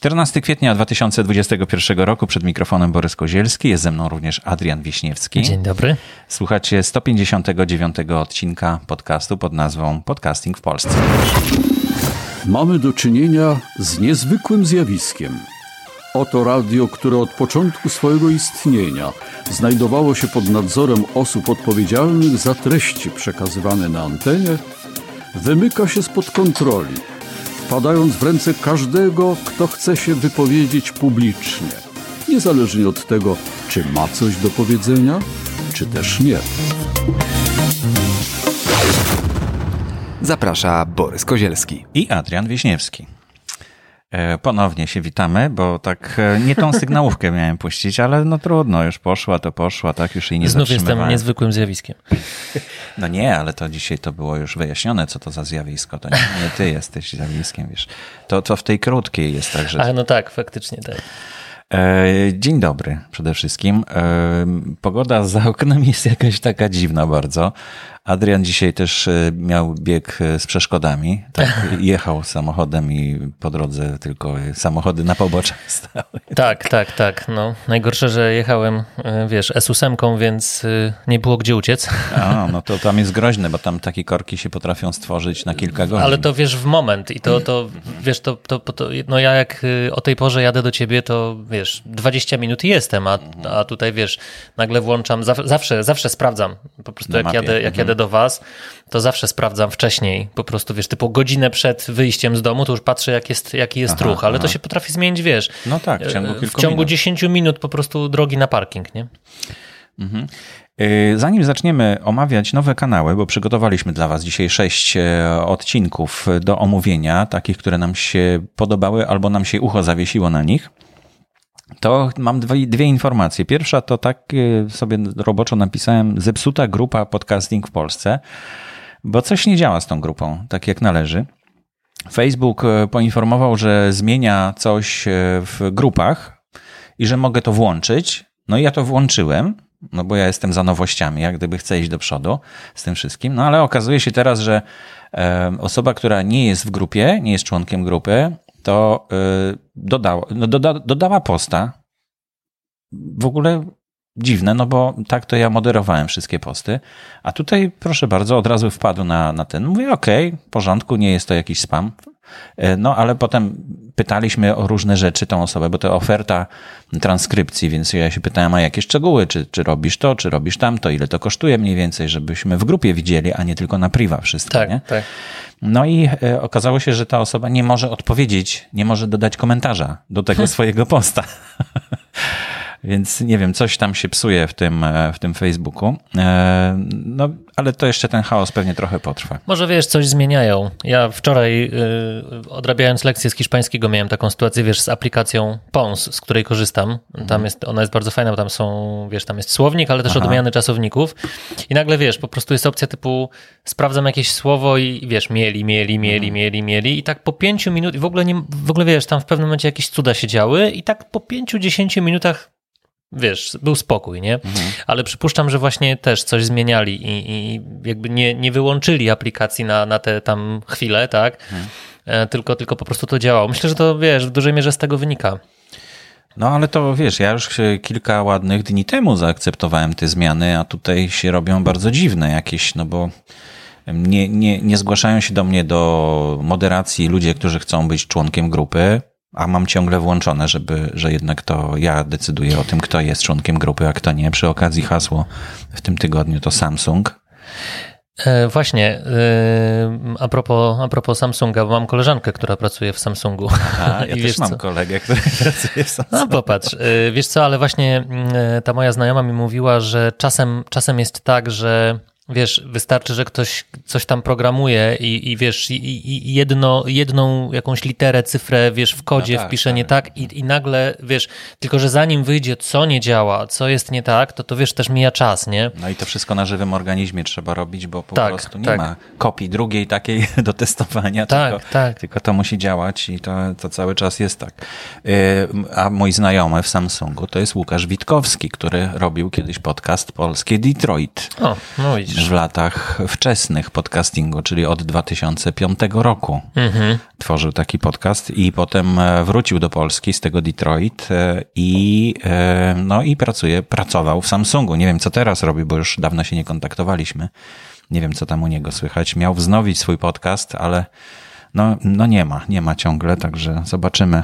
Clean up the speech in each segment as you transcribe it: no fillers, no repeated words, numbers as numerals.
14 kwietnia 2021 roku, przed mikrofonem Borys Kozielski, jest ze mną również Adrian Wiśniewski. Dzień dobry. Słuchacie 159 odcinka podcastu pod nazwą Podcasting w Polsce. Mamy do czynienia z niezwykłym zjawiskiem. Oto radio, które od początku swojego istnienia znajdowało się pod nadzorem osób odpowiedzialnych za treści przekazywane na antenie, wymyka się spod kontroli, wpadając w ręce każdego, kto chce się wypowiedzieć publicznie, niezależnie od tego, czy ma coś do powiedzenia, czy też nie. Zaprasza Borys Kozielski i Adrian Wiśniewski. Ponownie się witamy, bo tak nie tą sygnałówkę miałem puścić, ale no trudno, już poszła, tak już jej nie Znów zatrzymywałem. jestem niezwykłym zjawiskiem. No nie, ale to dzisiaj to było już wyjaśnione, co to za zjawisko. To nie ty jesteś zjawiskiem, wiesz. To w tej krótkiej jest tak, że... A no tak, faktycznie tak. Dzień dobry przede wszystkim. Pogoda za oknem jest jakaś taka dziwna bardzo. Adrian dzisiaj też miał bieg z przeszkodami. Tak, jechał samochodem i po drodze tylko samochody na poboczach stały. Tak. No, najgorsze, że jechałem, S8, więc nie było gdzie uciec. A, no to tam jest groźne, bo tam takie korki się potrafią stworzyć na kilka godzin. Ale to wiesz, w moment i no ja jak o tej porze jadę do ciebie, to 20 minut i jestem, a tutaj nagle włączam, zawsze sprawdzam, po prostu jak jadę do was, to zawsze sprawdzam wcześniej, po prostu typu godzinę przed wyjściem z domu, to już patrzę jaki jest ruch, ale to się potrafi zmienić, No tak, w ciągu 10 minut po prostu drogi na parking, nie? Mhm. Zanim zaczniemy omawiać nowe kanały, bo przygotowaliśmy dla was dzisiaj 6 odcinków do omówienia, takich, które nam się podobały albo nam się ucho zawiesiło na nich, to mam dwie informacje. Pierwsza to tak sobie roboczo napisałem: zepsuta grupa Podcasting w Polsce, bo coś nie działa z tą grupą, tak jak należy. Facebook poinformował, że zmienia coś w grupach i że mogę to włączyć. No i ja to włączyłem, no bo ja jestem za nowościami, jak gdyby chcę iść do przodu z tym wszystkim. No ale okazuje się teraz, że osoba, która nie jest w grupie, nie jest członkiem grupy, to dodała posta. W ogóle dziwne, no bo tak to ja moderowałem wszystkie posty, a tutaj proszę bardzo, od razu wpadł na ten. Mówię, okej, w porządku, nie jest to jakiś spam. No ale potem pytaliśmy o różne rzeczy tą osobę, bo to oferta transkrypcji, więc ja się pytałem, a jakie szczegóły, czy robisz to, czy robisz tamto, ile to kosztuje mniej więcej, żebyśmy w grupie widzieli, a nie tylko na priwa wszystko, tak, nie? Tak. No i okazało się, że ta osoba nie może odpowiedzieć, nie może dodać komentarza do tego swojego posta. Więc nie wiem, coś tam się psuje w tym Facebooku. No, ale to jeszcze ten chaos pewnie trochę potrwa. Może coś zmieniają. Ja wczoraj odrabiając lekcję z hiszpańskiego miałem taką sytuację, z aplikacją Pons, z której korzystam. Ona jest bardzo fajna, bo tam są, tam jest słownik, ale też odmiany czasowników. I nagle po prostu jest opcja typu sprawdzam jakieś słowo i mieli i tak po 5 minut i w ogóle tam w pewnym momencie jakieś cuda się działy i tak po 5-10 minutach był spokój, nie? Ale przypuszczam, że właśnie też coś zmieniali i jakby nie wyłączyli aplikacji na te tam chwile, tak? Tylko po prostu to działało. Myślę, że to, w dużej mierze z tego wynika. No ale to ja już kilka ładnych dni temu zaakceptowałem te zmiany, a tutaj się robią bardzo dziwne jakieś, no bo nie zgłaszają się do mnie do moderacji ludzie, którzy chcą być członkiem grupy, a mam ciągle włączone, że jednak to ja decyduję o tym, kto jest członkiem grupy, a kto nie. Przy okazji hasło w tym tygodniu to Samsung. Właśnie, a propos Samsunga, bo mam koleżankę, która pracuje w Samsungu. Aha, ja też mam kolegę, który pracuje w Samsungu. No popatrz, wiesz co, ale właśnie ta moja znajoma mi mówiła, że czasem jest tak, że wystarczy, że ktoś coś tam programuje i jedną jakąś literę, cyfrę, w kodzie wpisze nie tak i nagle, tylko że zanim wyjdzie, co nie działa, co jest nie tak, to też mija czas, nie? No i to wszystko na żywym organizmie trzeba robić, bo po prostu nie ma kopii drugiej takiej do testowania, tylko to musi działać i to cały czas jest tak. A mój znajomy w Samsungu to jest Łukasz Witkowski, który robił kiedyś podcast Polskie Detroit. O, no widzisz. w latach wczesnych podcastingu, czyli od 2005 roku tworzył taki podcast i potem wrócił do Polski z tego Detroit i pracował w Samsungu. Nie wiem, co teraz robi, bo już dawno się nie kontaktowaliśmy. Nie wiem, co tam u niego słychać. Miał wznowić swój podcast, ale nie ma ciągle, także zobaczymy.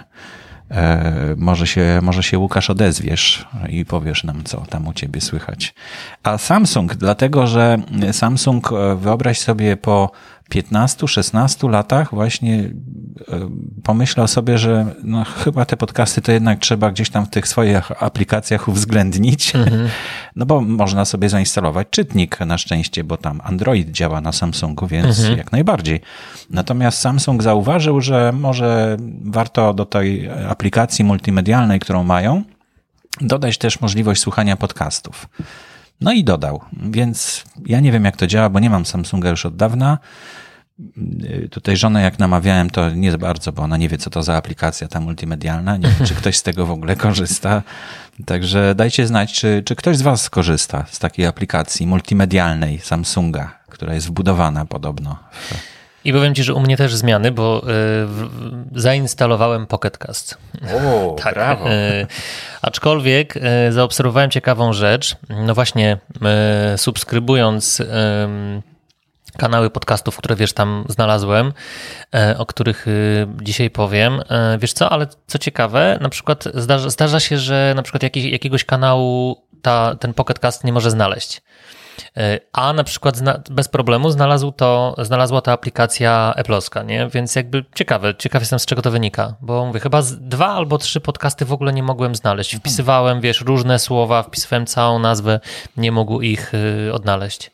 Może się Łukasz odezwiesz i powiesz nam, co tam u ciebie słychać. A Samsung, dlatego że Samsung, wyobraź sobie, po 15-16 latach właśnie pomyślał sobie, że chyba te podcasty to jednak trzeba gdzieś tam w tych swoich aplikacjach uwzględnić, no bo można sobie zainstalować czytnik na szczęście, bo tam Android działa na Samsungu, więc jak najbardziej. Natomiast Samsung zauważył, że może warto do tej aplikacji multimedialnej, którą mają, dodać też możliwość słuchania podcastów. No i dodał, więc ja nie wiem, jak to działa, bo nie mam Samsunga już od dawna. Tutaj żonę jak namawiałem, to nie za bardzo, bo ona nie wie, co to za aplikacja ta multimedialna. Nie wiem, czy ktoś z tego w ogóle korzysta. Także dajcie znać, czy ktoś z was korzysta z takiej aplikacji multimedialnej Samsunga, która jest wbudowana podobno. I powiem ci, że u mnie też zmiany, bo zainstalowałem Pocket Cast. O, tak, brawo. Aczkolwiek zaobserwowałem ciekawą rzecz. No właśnie, subskrybując kanały podcastów, które wiesz, tam znalazłem, o których dzisiaj powiem. Wiesz co, ale co ciekawe, na przykład zdarza się, że na przykład jakiegoś kanału ten Pocket Cast nie może znaleźć. A na przykład bez problemu znalazła ta aplikacja Apple'owska, nie? Więc jakby ciekaw jestem, z czego to wynika, bo mówię, chyba 2 albo 3 podcasty w ogóle nie mogłem znaleźć. Wpisywałem, wiesz, różne słowa, wpisywałem całą nazwę, nie mógł ich odnaleźć.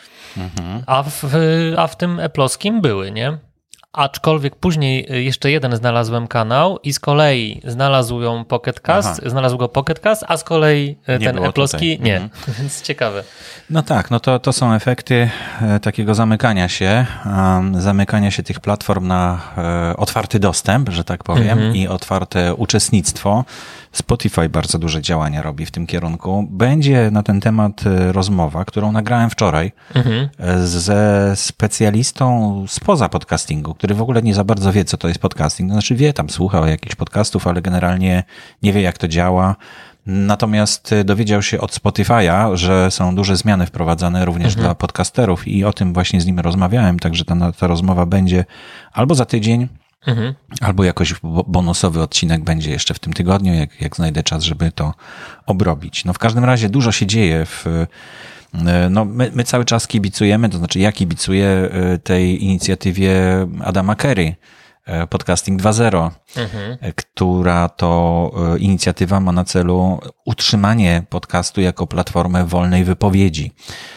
A w tym Apple'owskim były, nie? Aczkolwiek później jeszcze jeden znalazłem kanał i z kolei znalazł go Pocket Cast, a z kolei ten Apple'owski nie. Więc ciekawe. No tak, no to są efekty takiego zamykania się tych platform na otwarty dostęp, że tak powiem, i otwarte uczestnictwo. Spotify bardzo duże działania robi w tym kierunku. Będzie na ten temat rozmowa, którą nagrałem wczoraj ze specjalistą spoza podcastingu, który w ogóle nie za bardzo wie, co to jest podcasting. Znaczy wie, tam słuchał jakichś podcastów, ale generalnie nie wie, jak to działa. Natomiast dowiedział się od Spotify'a, że są duże zmiany wprowadzane również dla podcasterów i o tym właśnie z nim rozmawiałem, także ta rozmowa będzie albo za tydzień, albo jakoś bonusowy odcinek będzie jeszcze w tym tygodniu, jak znajdę czas, żeby to obrobić. No w każdym razie dużo się dzieje my cały czas kibicujemy, to znaczy ja kibicuję tej inicjatywie Adama Carey, Podcasting 2.0, która to inicjatywa ma na celu utrzymanie podcastu jako platformę wolnej wypowiedzi.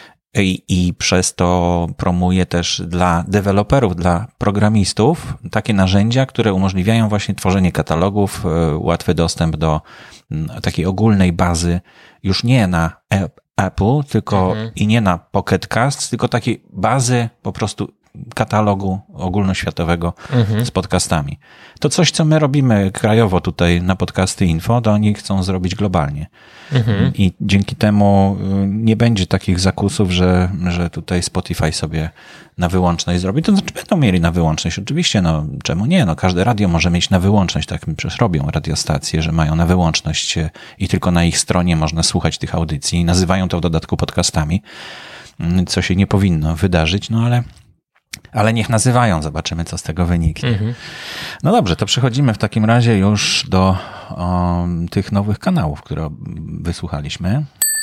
I przez to promuje też dla deweloperów, dla programistów takie narzędzia, które umożliwiają właśnie tworzenie katalogów, łatwy dostęp do takiej ogólnej bazy, już nie na Apple, tylko i nie na Pocket Cast, tylko takiej bazy po prostu katalogu ogólnoświatowego z podcastami. To coś, co my robimy krajowo tutaj na Podcasty Info, to oni chcą zrobić globalnie. I dzięki temu nie będzie takich zakusów, że tutaj Spotify sobie na wyłączność zrobi. To znaczy będą mieli na wyłączność. Oczywiście, czemu nie? Każde radio może mieć na wyłączność, tak przecież robią radiostacje, że mają na wyłączność i tylko na ich stronie można słuchać tych audycji. Nazywają to w dodatku podcastami, co się nie powinno wydarzyć, ale niech nazywają, zobaczymy, co z tego wyniknie. No dobrze, to przechodzimy w takim razie już do tych nowych kanałów, które wysłuchaliśmy.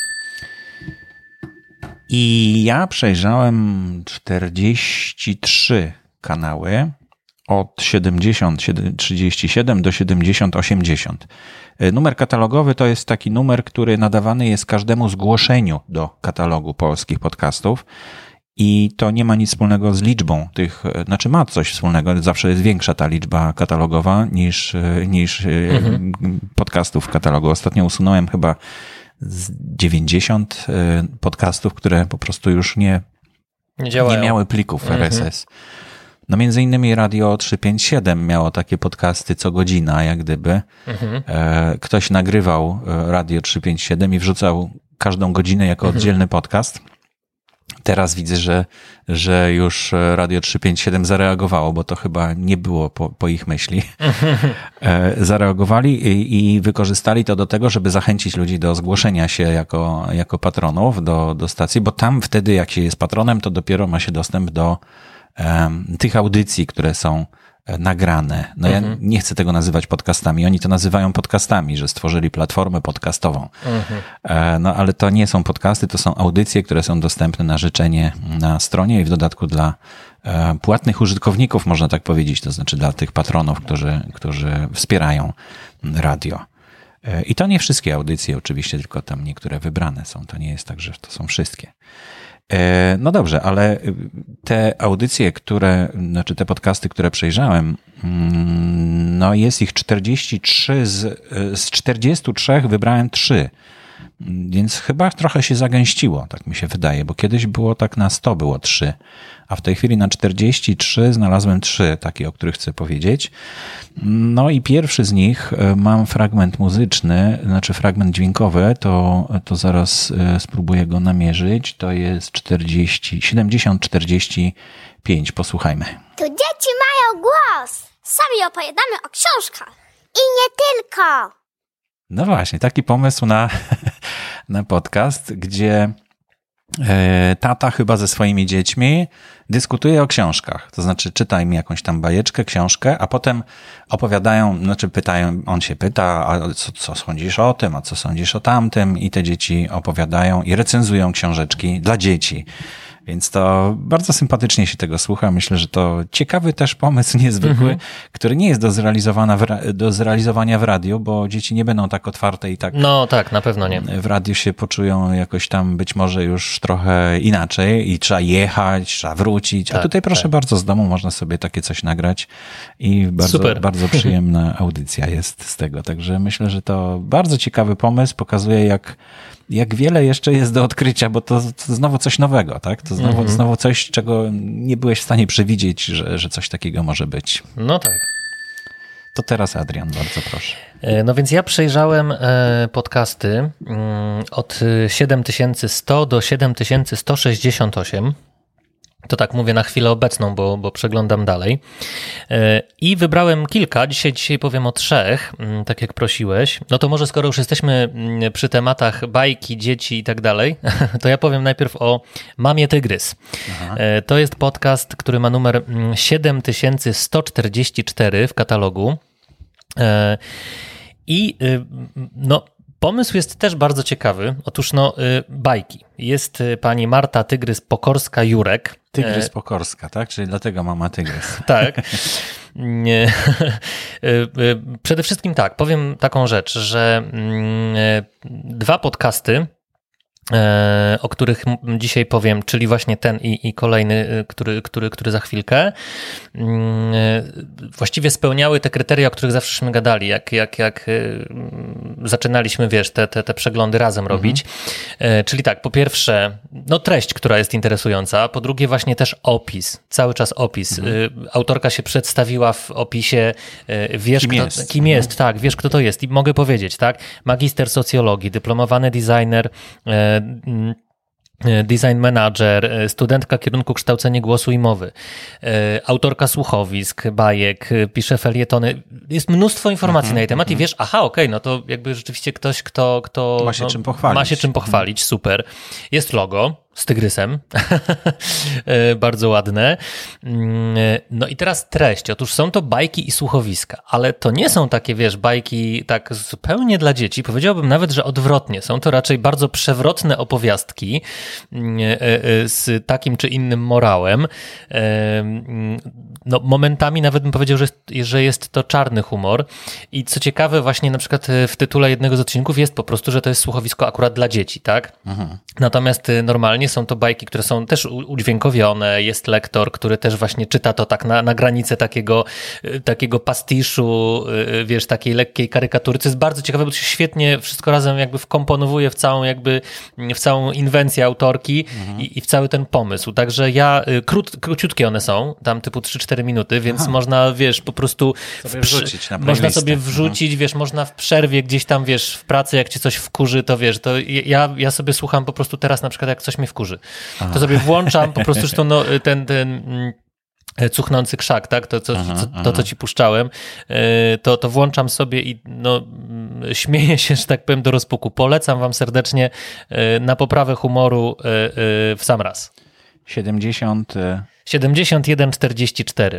I ja przejrzałem 43 kanały od 70-37 do 70-80. Numer katalogowy to jest taki numer, który nadawany jest każdemu zgłoszeniu do katalogu polskich podcastów. I to nie ma nic wspólnego z liczbą tych, znaczy ma coś wspólnego, zawsze jest większa ta liczba katalogowa niż podcastów w katalogu. Ostatnio usunąłem chyba z 90 podcastów, które po prostu już nie miały plików RSS. No między innymi Radio 357 miało takie podcasty co godzina, jak gdyby. Ktoś nagrywał Radio 357 i wrzucał każdą godzinę jako oddzielny podcast. Teraz widzę, że już Radio 357 zareagowało, bo to chyba nie było po ich myśli. Zareagowali i wykorzystali to do tego, żeby zachęcić ludzi do zgłoszenia się jako patronów do stacji, bo tam wtedy, jak się jest patronem, to dopiero ma się dostęp do tych audycji, które są nagrane. No ja nie chcę tego nazywać podcastami. Oni to nazywają podcastami, że stworzyli platformę podcastową. No ale to nie są podcasty, to są audycje, które są dostępne na życzenie na stronie i w dodatku dla płatnych użytkowników, można tak powiedzieć, to znaczy dla tych patronów, którzy wspierają radio. I to nie wszystkie audycje oczywiście, tylko tam niektóre wybrane są. To nie jest tak, że to są wszystkie. No dobrze, ale te audycje, te podcasty, które przejrzałem, no jest ich 43, z 43 wybrałem 3, więc chyba trochę się zagęściło, tak mi się wydaje, bo kiedyś było tak na 100 było 3, a w tej chwili na 43 znalazłem 3 takie, o których chcę powiedzieć. No i pierwszy z nich, mam fragment muzyczny, znaczy fragment dźwiękowy, to zaraz spróbuję go namierzyć. To jest 70-45. Posłuchajmy. Tu dzieci mają głos. Sami opowiadamy o książkach. I nie tylko. No właśnie, taki pomysł na podcast, gdzie tata chyba ze swoimi dziećmi dyskutuje o książkach. To znaczy czyta im jakąś tam bajeczkę, książkę, a potem opowiadają, znaczy pytają, on się pyta, a co sądzisz o tym, a co sądzisz o tamtym, i te dzieci opowiadają i recenzują książeczki dla dzieci. Więc to bardzo sympatycznie się tego słucha. Myślę, że to ciekawy też pomysł, niezwykły, który nie jest do zrealizowania w radiu, bo dzieci nie będą tak otwarte i tak... No tak, na pewno nie. W radiu się poczują jakoś tam być może już trochę inaczej i trzeba jechać, trzeba wrócić. A tutaj proszę bardzo, z domu można sobie takie coś nagrać i bardzo przyjemna audycja jest z tego. Także myślę, że to bardzo ciekawy pomysł. Pokazuje, jak wiele jeszcze jest do odkrycia, bo to znowu coś nowego, tak? To znowu coś, czego nie byłeś w stanie przewidzieć, że coś takiego może być. No tak. To teraz Adrian, bardzo proszę. No więc ja przejrzałem podcasty od 7100 do 7168. To tak mówię na chwilę obecną, bo przeglądam dalej. I wybrałem kilka. Dzisiaj powiem o 3, tak jak prosiłeś. No to może skoro już jesteśmy przy tematach bajki, dzieci i tak dalej, to ja powiem najpierw o Mamie Tygrys. Aha. To jest podcast, który ma numer 7144 w katalogu. I no... Pomysł jest też bardzo ciekawy. Otóż bajki. Jest pani Marta Tygrys-Pokorska-Jurek. Tygrys-Pokorska, tak? Czyli dlatego mama Tygrys. Tak. Przede wszystkim tak, powiem taką rzecz, że 2 podcasty, o których dzisiaj powiem, czyli właśnie ten i kolejny, który za chwilkę, właściwie spełniały te kryteria, o których zawsześmy gadali, jak zaczynaliśmy, wiesz, te przeglądy razem robić. Czyli tak, po pierwsze, treść, która jest interesująca, po drugie właśnie też opis, cały czas opis. Autorka się przedstawiła w opisie, wiesz kim jest, tak, wiesz kto to jest i mogę powiedzieć, tak, magister socjologii, dyplomowany designer, design manager, studentka kierunku kształcenie głosu i mowy, autorka słuchowisk, bajek, pisze felietony. Jest mnóstwo informacji na jej temat i wiesz, no to jakby rzeczywiście ktoś, kto ma się czym pochwalić, super. Jest logo z tygrysem, bardzo ładne. No i teraz treść. Otóż są to bajki i słuchowiska, ale to nie są takie, wiesz, bajki tak zupełnie dla dzieci. Powiedziałbym nawet, że odwrotnie. Są to raczej bardzo przewrotne opowiastki z takim czy innym morałem. No, momentami nawet bym powiedział, że jest to czarny humor. I co ciekawe, właśnie na przykład w tytule jednego z odcinków jest po prostu, że to jest słuchowisko akurat dla dzieci, tak? Natomiast normalnie są to bajki, które są też udźwiękowione, jest lektor, który też właśnie czyta to tak na granicę takiego pastiszu, wiesz, takiej lekkiej karykatury, co jest bardzo ciekawe, bo to się świetnie wszystko razem jakby wkomponowuje w całą inwencję autorki i w cały ten pomysł. Także króciutkie one są, tam typu 3-4 minuty, więc można, wiesz, po prostu można sobie wrzucić, wiesz, można w przerwie gdzieś tam, wiesz, w pracy, jak cię coś wkurzy, to wiesz, to ja sobie słucham po prostu teraz na przykład, jak coś mnie wkurzy, wkurzy. To sobie włączam, po prostu zresztą ten cuchnący krzak, tak? To, co ci puszczałem, to włączam sobie i śmieję się, że tak powiem, do rozpuku. Polecam wam serdecznie na poprawę humoru w sam raz. 71:44.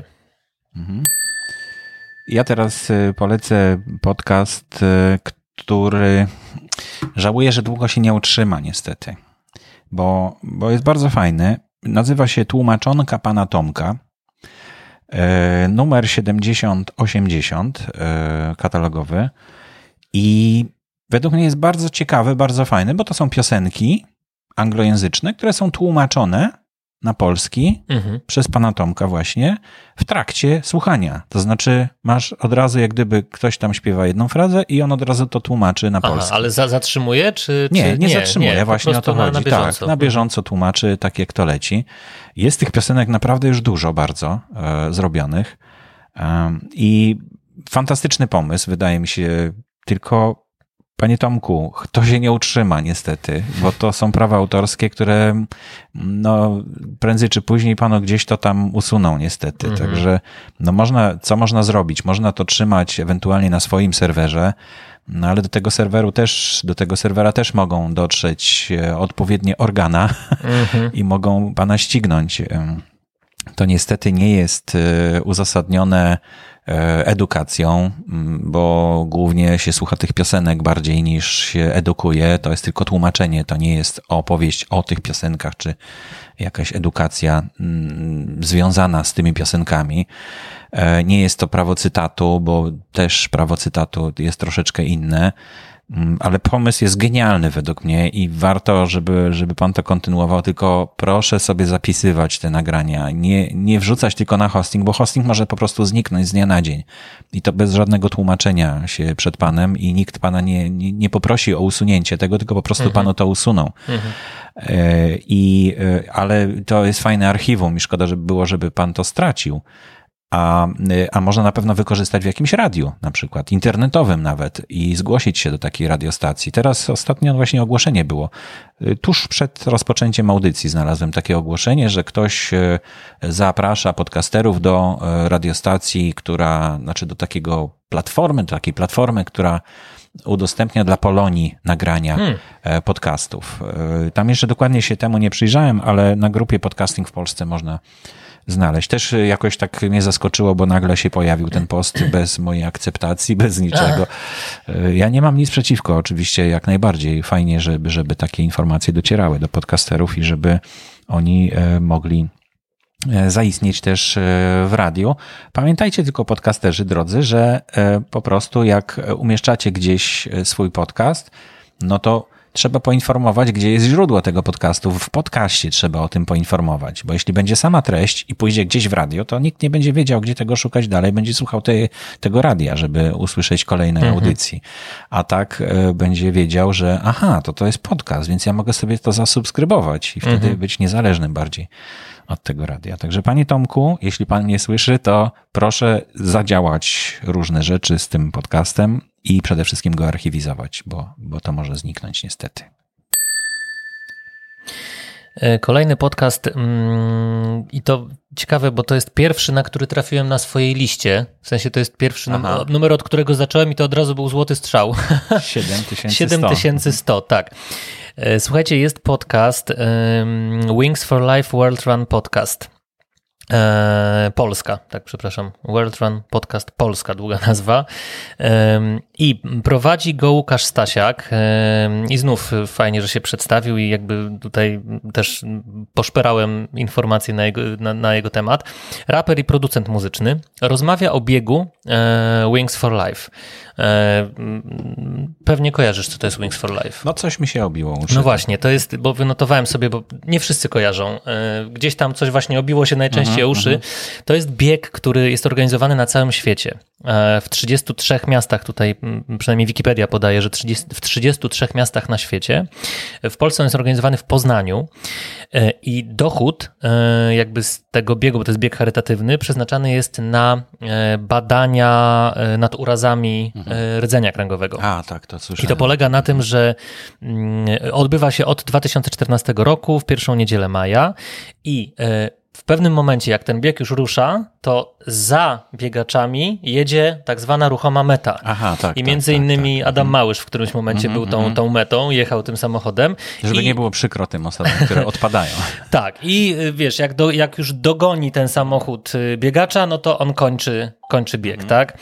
Ja teraz polecę podcast, który żałuję, że długo się nie utrzyma niestety, bo jest bardzo fajny. Nazywa się Tłumaczonka pana Tomka. Numer 7080 katalogowy i według mnie jest bardzo ciekawy, bardzo fajny, bo to są piosenki anglojęzyczne, które są tłumaczone na polski przez pana Tomka właśnie w trakcie słuchania. To znaczy masz od razu, jak gdyby ktoś tam śpiewa jedną frazę i on od razu to tłumaczy na polski. Ale zatrzymuje? Nie zatrzymuje, właśnie o to chodzi. Na bieżąco. Tak, na bieżąco tłumaczy, tak jak to leci. Jest tych piosenek naprawdę już dużo bardzo zrobionych i fantastyczny pomysł, wydaje mi się, tylko panie Tomku, to się nie utrzyma niestety, bo to są prawa autorskie, które prędzej czy później panu gdzieś to tam usuną niestety. Także co można zrobić? Można to trzymać ewentualnie na swoim serwerze, ale do tego serwera też mogą dotrzeć odpowiednie organa i mogą pana ścignąć. To niestety nie jest uzasadnione edukacją, bo głównie się słucha tych piosenek bardziej niż się edukuje. To jest tylko tłumaczenie, to nie jest opowieść o tych piosenkach, czy jakaś edukacja związana z tymi piosenkami. Nie jest to prawo cytatu, bo też prawo cytatu jest troszeczkę inne, ale pomysł jest genialny według mnie i warto, żeby pan to kontynuował, tylko proszę sobie zapisywać te nagrania, nie wrzucać tylko na hosting, bo hosting może po prostu zniknąć z dnia na dzień i to bez żadnego tłumaczenia się przed panem i nikt pana nie poprosi o usunięcie tego, tylko po prostu panu to usuną. Ale to jest fajne archiwum i szkoda, żeby było, żeby pan to stracił. A można na pewno wykorzystać w jakimś radiu, na przykład internetowym nawet i zgłosić się do takiej radiostacji. Teraz ostatnio właśnie ogłoszenie było. Tuż przed rozpoczęciem audycji znalazłem takie ogłoszenie, że ktoś zaprasza podcasterów do radiostacji, do takiej platformy, która udostępnia dla Polonii nagrania podcastów. Tam jeszcze dokładnie się temu nie przyjrzałem, ale na grupie Podcasting w Polsce można znaleźć. Też jakoś tak mnie zaskoczyło, bo nagle się pojawił ten post bez mojej akceptacji, bez niczego. Ja nie mam nic przeciwko, oczywiście jak najbardziej. Fajnie, żeby takie informacje docierały do podcasterów i żeby oni mogli zaistnieć też w radiu. Pamiętajcie tylko, podcasterzy drodzy, że po prostu jak umieszczacie gdzieś swój podcast, to trzeba poinformować, gdzie jest źródło tego podcastu. W podcaście trzeba o tym poinformować, bo jeśli będzie sama treść i pójdzie gdzieś w radio, to nikt nie będzie wiedział, gdzie tego szukać dalej, będzie słuchał tego radia, żeby usłyszeć kolejnej audycji. A tak będzie wiedział, że to jest podcast, więc ja mogę sobie to zasubskrybować i wtedy być niezależnym bardziej od tego radia. Także panie Tomku, jeśli pan mnie słyszy, to proszę zadziałać różne rzeczy z tym podcastem i przede wszystkim go archiwizować, bo to może zniknąć niestety. Kolejny podcast i to ciekawe, bo to jest pierwszy, na który trafiłem na swojej liście. W sensie to jest pierwszy numer, od którego zacząłem i to od razu był złoty strzał. 7100, tak. Słuchajcie, jest podcast Wings for Life World Run Podcast. Polska, tak, przepraszam. World Run Podcast Polska, długa nazwa. I prowadzi go Łukasz Stasiak. I znów fajnie, że się przedstawił i jakby tutaj też poszperałem informacje na jego temat. Raper i producent muzyczny. Rozmawia o biegu Wings for Life. Pewnie kojarzysz, co to jest Wings for Life. Coś mi się obiło uszy. No właśnie, to jest, bo wynotowałem sobie, bo nie wszyscy kojarzą. Gdzieś tam coś właśnie obiło się najczęściej o uszy. To jest bieg, który jest organizowany na całym świecie. W 33 miastach tutaj przynajmniej Wikipedia podaje, że w 33 miastach na świecie. W Polsce on jest organizowany w Poznaniu i dochód jakby z tego biegu, bo to jest bieg charytatywny, przeznaczany jest na badania nad urazami rdzenia kręgowego. Tak, to słyszałem. I to polega na tym, że odbywa się od 2014 roku w pierwszą niedzielę maja i w pewnym momencie, jak ten bieg już rusza, to za biegaczami jedzie tak zwana ruchoma meta. I między innymi Adam Małysz w którymś momencie był tą metą, jechał tym samochodem. Żeby nie było przykro tym osobom, które odpadają. Tak, i wiesz, jak już dogoni ten samochód biegacza, no to on kończy bieg, tak?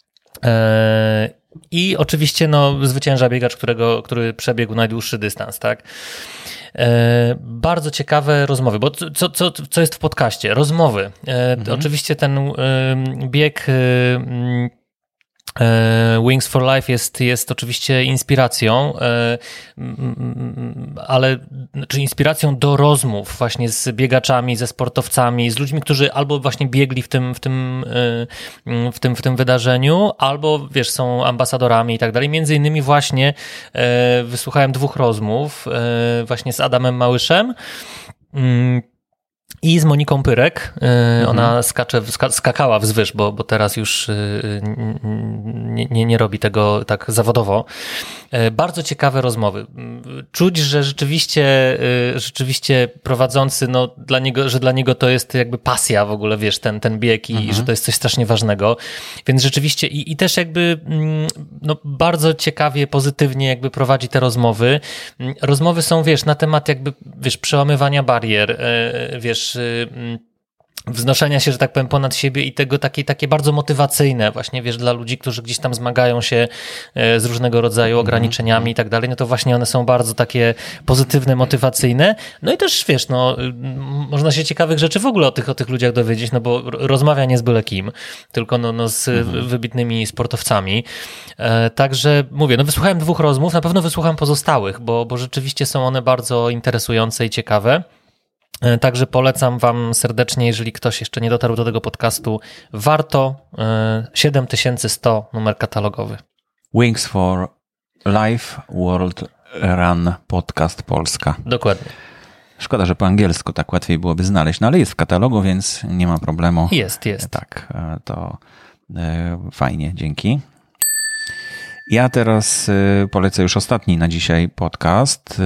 I oczywiście zwycięża biegacz, który przebiegł najdłuższy dystans, tak? Bardzo ciekawe rozmowy, bo co jest w podcaście? Rozmowy. Oczywiście ten bieg Wings for Life jest oczywiście inspiracją, ale czy inspiracją do rozmów właśnie z biegaczami, ze sportowcami, z ludźmi, którzy albo właśnie biegli w tym wydarzeniu, albo wiesz, są ambasadorami i tak dalej. Między innymi właśnie wysłuchałem 2 rozmów właśnie z Adamem Małyszem i z Moniką Pyrek. Ona skakała wzwyż, bo teraz już nie robi tego tak zawodowo. Bardzo ciekawe rozmowy. Czuć, że rzeczywiście prowadzący, dla niego to jest jakby pasja w ogóle, wiesz, ten bieg i że to jest coś strasznie ważnego. Więc rzeczywiście i też jakby bardzo ciekawie, pozytywnie jakby prowadzi te rozmowy. Rozmowy są, wiesz, na temat jakby, wiesz, przełamywania barier, wiesz, wznoszenia się, że tak powiem, ponad siebie i tego takie bardzo motywacyjne właśnie, wiesz, dla ludzi, którzy gdzieś tam zmagają się z różnego rodzaju ograniczeniami i tak dalej, no to właśnie one są bardzo takie pozytywne, motywacyjne. No i też, wiesz, można się ciekawych rzeczy w ogóle o tych ludziach dowiedzieć, no bo rozmawia nie z byle kim, tylko z wybitnymi sportowcami. Także mówię, wysłuchałem 2 rozmów, na pewno wysłucham pozostałych, bo rzeczywiście są one bardzo interesujące i ciekawe. Także polecam wam serdecznie, jeżeli ktoś jeszcze nie dotarł do tego podcastu, warto. 7100 numer katalogowy. Wings for Life World Run Podcast Polska. Dokładnie. Szkoda, że po angielsku tak łatwiej byłoby znaleźć, ale jest w katalogu, więc nie ma problemu. Jest. Tak, to fajnie, dzięki. Ja teraz polecę już ostatni na dzisiaj podcast,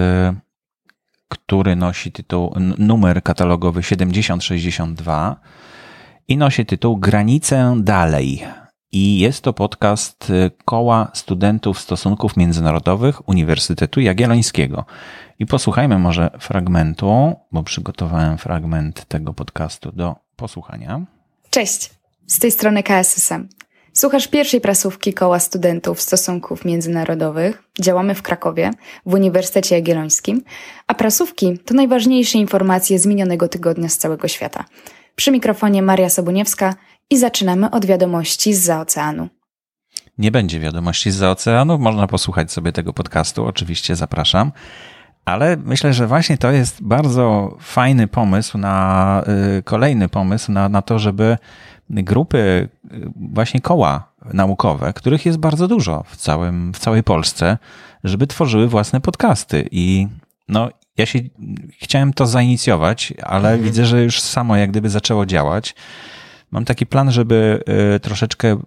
który nosi numer katalogowy 7062 i nosi tytuł Granicę dalej. I jest to podcast Koła Studentów Stosunków Międzynarodowych Uniwersytetu Jagiellońskiego. I posłuchajmy może fragmentu, bo przygotowałem fragment tego podcastu do posłuchania. Cześć, z tej strony KSSM. Słuchasz pierwszej prasówki Koła Studentów Stosunków Międzynarodowych. Działamy w Krakowie, w Uniwersytecie Jagiellońskim, a prasówki to najważniejsze informacje z minionego tygodnia z całego świata. Przy mikrofonie Maria Sobuniewska i zaczynamy od wiadomości zza oceanu. Nie będzie wiadomości zza oceanu, można posłuchać sobie tego podcastu, oczywiście zapraszam. Ale myślę, że właśnie to jest bardzo fajny pomysł kolejny pomysł na to, żeby grupy, właśnie koła naukowe, których jest bardzo dużo w całej Polsce, żeby tworzyły własne podcasty. I ja chciałem to zainicjować, ale widzę, że już samo jak gdyby zaczęło działać. Mam taki plan, żeby troszeczkę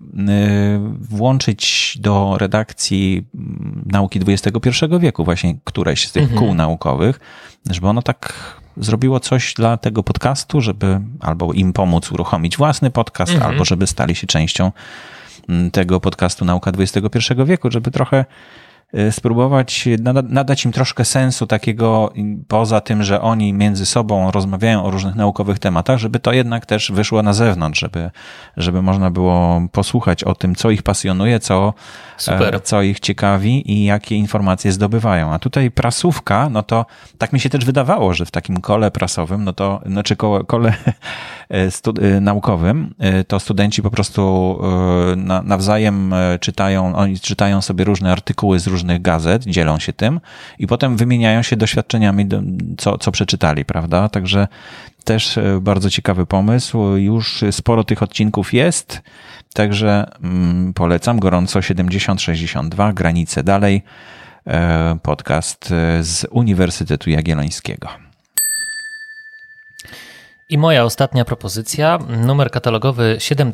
włączyć do redakcji nauki XXI wieku właśnie któreś z tych kół naukowych, żeby ono tak zrobiło coś dla tego podcastu, żeby albo im pomóc uruchomić własny podcast, albo żeby stali się częścią tego podcastu Nauka XXI wieku, żeby trochę spróbować nadać im troszkę sensu takiego, poza tym, że oni między sobą rozmawiają o różnych naukowych tematach, żeby to jednak też wyszło na zewnątrz, żeby można było posłuchać o tym, co ich pasjonuje, co ich ciekawi i jakie informacje zdobywają. A tutaj prasówka, to tak mi się też wydawało, że w takim kole prasowym, czy kole naukowym, to studenci po prostu nawzajem oni czytają sobie różne artykuły z różnych gazet, dzielą się tym i potem wymieniają się doświadczeniami, co przeczytali, prawda? Także też bardzo ciekawy pomysł. Już sporo tych odcinków jest. także polecam gorąco 7062 Granice Dalej, podcast z Uniwersytetu Jagiellońskiego. I moja ostatnia propozycja, numer katalogowy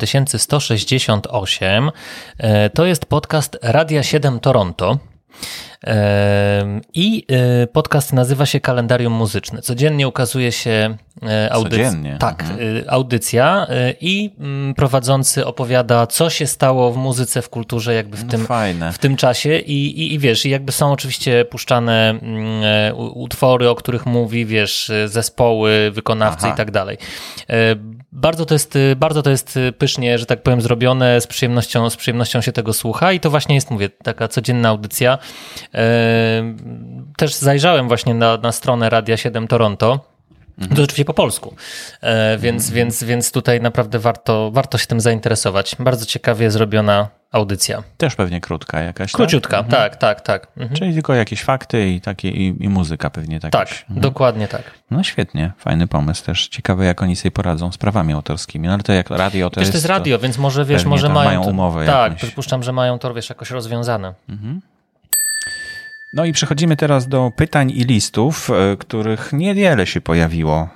7168, to jest podcast Radia 7 Toronto. I podcast nazywa się Kalendarium Muzyczne. Codziennie ukazuje się audycja. Tak, audycja i prowadzący opowiada, co się stało w muzyce, w kulturze jakby w tym czasie i wiesz, i jakby są oczywiście puszczane utwory, o których mówi, wiesz, zespoły, wykonawcy i tak dalej. Bardzo to jest pysznie, że tak powiem, zrobione, z przyjemnością się tego słucha i to właśnie jest, mówię, taka codzienna audycja. Też zajrzałem właśnie na stronę Radia 7 Toronto. To oczywiście po polsku, więc tutaj naprawdę warto się tym zainteresować. Bardzo ciekawie zrobiona audycja. Też pewnie krótka jakaś. Króciutka, tak. Czyli tylko jakieś fakty i takie i muzyka pewnie taka. Tak, dokładnie tak. No świetnie, fajny pomysł też. Ciekawe, jak oni sobie poradzą z prawami autorskimi. No ale to jak radio to wiesz, to jest radio, więc może mają umowę. Tak, jakąś. przypuszczam, że mają to, wiesz, jakoś rozwiązane. No i przechodzimy teraz do pytań i listów, których niewiele się pojawiło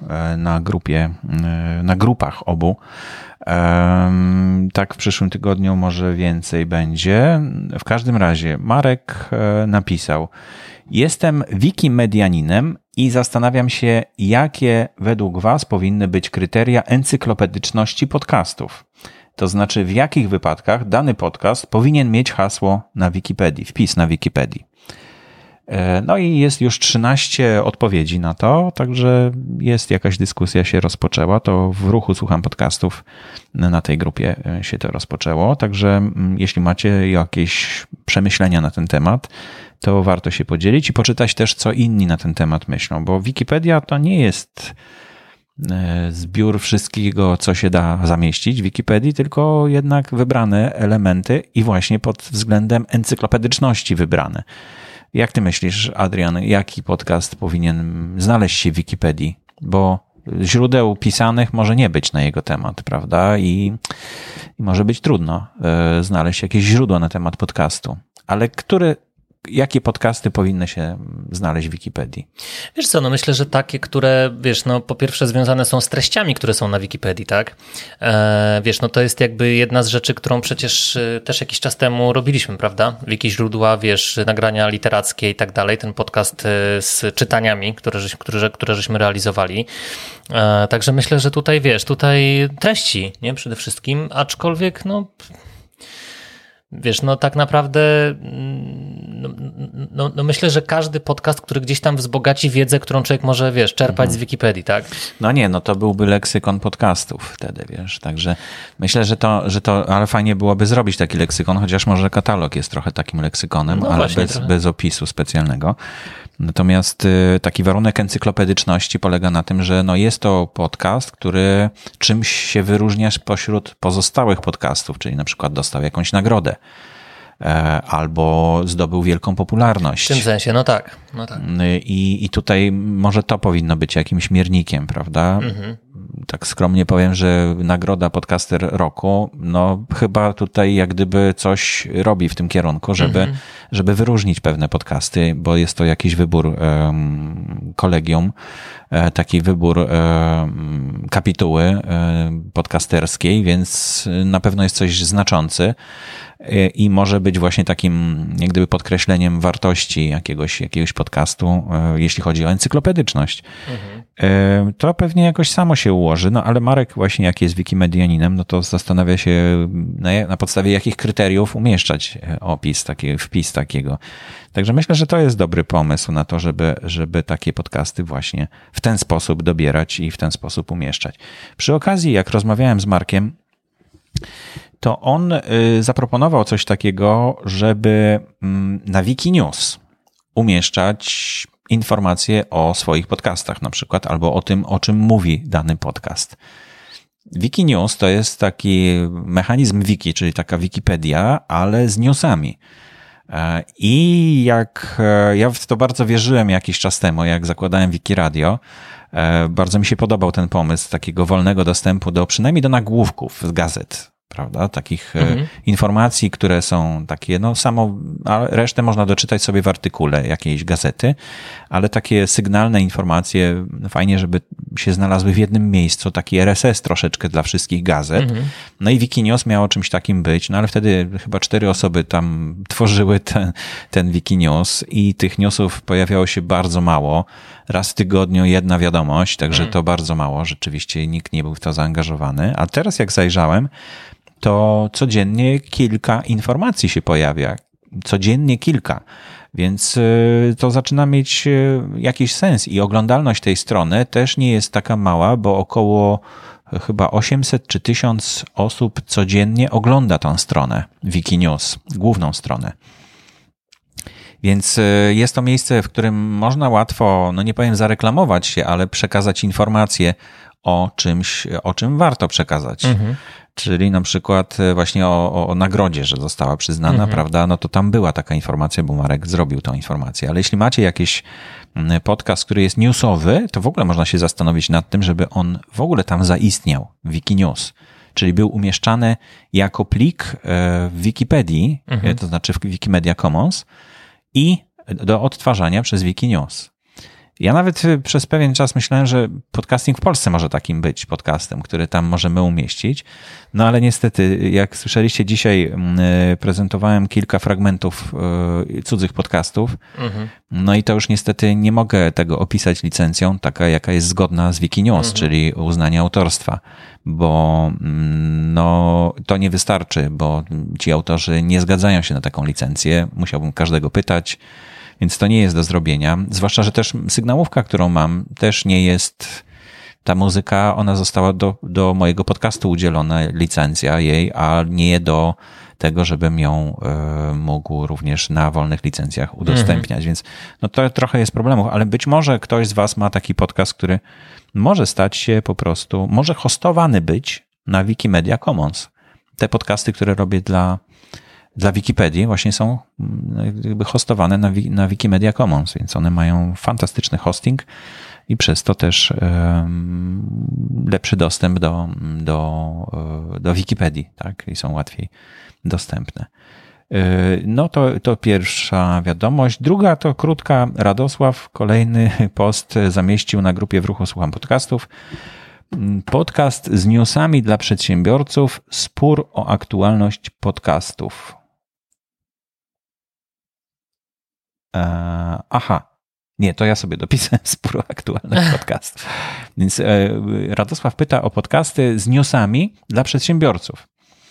na grupach obu. Tak w przyszłym tygodniu może więcej będzie. W każdym razie Marek napisał: jestem wikimedianinem i zastanawiam się, jakie według was powinny być kryteria encyklopedyczności podcastów. To znaczy, w jakich wypadkach dany podcast powinien mieć hasło na Wikipedii, wpis na Wikipedii. No i jest już 13 odpowiedzi na to, także jest jakaś dyskusja się rozpoczęła. To w ruchu Słucham Podcastów na tej grupie się to rozpoczęło, także jeśli macie jakieś przemyślenia na ten temat, to warto się podzielić i poczytać też, co inni na ten temat myślą, bo Wikipedia to nie jest zbiór wszystkiego, co się da zamieścić w Wikipedii, tylko jednak wybrane elementy i właśnie pod względem encyklopedyczności wybrane. Jak ty myślisz, Adrian, jaki podcast powinien znaleźć się w Wikipedii? Bo źródeł pisanych może nie być na jego temat, prawda? I może być trudno znaleźć jakieś źródło na temat podcastu. Ale jakie podcasty powinny się znaleźć w Wikipedii? Wiesz co, no myślę, że takie, które, wiesz, no po pierwsze związane są z treściami, które są na Wikipedii, tak? Wiesz, no to jest jakby jedna z rzeczy, którą przecież też jakiś czas temu robiliśmy, prawda? Wiki źródła, wiesz, nagrania literackie i tak dalej, ten podcast z czytaniami, które żeśmy realizowali. Także myślę, że tutaj, wiesz, treści, nie? Przede wszystkim, aczkolwiek, no... Wiesz, no tak naprawdę no myślę, że każdy podcast, który gdzieś tam wzbogaci wiedzę, którą człowiek może, wiesz, czerpać z Wikipedii, tak? No nie, no to byłby leksykon podcastów wtedy, wiesz, także myślę, że to ale fajnie byłoby zrobić taki leksykon, chociaż może katalog jest trochę takim leksykonem, no ale właśnie, bez opisu specjalnego. Natomiast taki warunek encyklopedyczności polega na tym, że no jest to podcast, który czymś się wyróżnia spośród pozostałych podcastów, czyli na przykład dostał jakąś nagrodę albo zdobył wielką popularność. W tym sensie, no tak. I tutaj może to powinno być jakimś miernikiem, prawda? Tak skromnie powiem, że nagroda Podcaster Roku, no chyba tutaj jak gdyby coś robi w tym kierunku, żeby wyróżnić pewne podcasty, bo jest to jakiś wybór kolegium, taki wybór kapituły podcasterskiej, więc na pewno jest coś znaczący i może być właśnie takim jak gdyby podkreśleniem wartości jakiegoś podcastu, jeśli chodzi o encyklopedyczność. To pewnie jakoś samo się ułoży, no ale Marek właśnie jak jest wikimedianinem, no to zastanawia się na podstawie jakich kryteriów umieszczać wpis takiego. Także myślę, że to jest dobry pomysł na to, żeby takie podcasty właśnie w ten sposób dobierać i w ten sposób umieszczać. Przy okazji, jak rozmawiałem z Markiem, to on zaproponował coś takiego, żeby na Wikinews umieszczać informacje o swoich podcastach na przykład, albo o tym, o czym mówi dany podcast. Wikinews to jest taki mechanizm wiki, czyli taka Wikipedia, ale z newsami. I jak ja w to bardzo wierzyłem jakiś czas temu, jak zakładałem Wikiradio, bardzo mi się podobał ten pomysł takiego wolnego dostępu przynajmniej do nagłówków z gazet. prawda? Takich informacji, które są takie, a resztę można doczytać sobie w artykule jakiejś gazety, ale takie sygnalne informacje, fajnie, żeby się znalazły w jednym miejscu, taki RSS troszeczkę dla wszystkich gazet. No i Wikinews miało czymś takim być, ale wtedy chyba 4 osoby tam tworzyły ten Wikinews i tych newsów pojawiało się bardzo mało. Raz w tygodniu jedna wiadomość, także to bardzo mało, rzeczywiście nikt nie był w to zaangażowany. A teraz jak zajrzałem, to codziennie kilka informacji się pojawia. Codziennie kilka. Więc to zaczyna mieć jakiś sens i oglądalność tej strony też nie jest taka mała, bo około chyba 800 czy 1000 osób codziennie ogląda tą stronę Wikinews, główną stronę. Więc jest to miejsce, w którym można łatwo, nie powiem zareklamować się, ale przekazać informacje o czymś, o czym warto przekazać. Czyli na przykład właśnie o nagrodzie, że została przyznana, prawda? No to tam była taka informacja, bo Marek zrobił tą informację. Ale jeśli macie jakiś podcast, który jest newsowy, to w ogóle można się zastanowić nad tym, żeby on w ogóle tam zaistniał, Wikinews. Czyli był umieszczany jako plik w Wikipedii, to znaczy w Wikimedia Commons i do odtwarzania przez Wikinews. Ja nawet przez pewien czas myślałem, że podcasting w Polsce może takim być podcastem, który tam możemy umieścić. No ale niestety, jak słyszeliście dzisiaj, prezentowałem kilka fragmentów cudzych podcastów. No i to już niestety nie mogę tego opisać licencją, taka jaka jest zgodna z Wikinews, czyli uznanie autorstwa, bo to nie wystarczy, bo ci autorzy nie zgadzają się na taką licencję. Musiałbym każdego pytać. Więc to nie jest do zrobienia. Zwłaszcza, że też sygnałówka, którą mam, też nie jest, ta muzyka, ona została do mojego podcastu udzielona, licencja jej, a nie do tego, żebym ją mógł również na wolnych licencjach udostępniać. Więc to trochę jest problemów, ale być może ktoś z was ma taki podcast, który może stać się po prostu, może hostowany być na Wikimedia Commons. Te podcasty, które robię dla Wikipedii właśnie są jakby hostowane na Wikimedia Commons, więc one mają fantastyczny hosting i przez to też lepszy dostęp do Wikipedii, tak? I są łatwiej dostępne. No to pierwsza wiadomość. Druga to krótka. Radosław kolejny post zamieścił na grupie W Ruchu Słucham Podcastów. Podcast z newsami dla przedsiębiorców. Spór o aktualność podcastów. Nie, to ja sobie dopisałem spór o aktualność podcastów. Więc Radosław pyta o podcasty z newsami dla przedsiębiorców.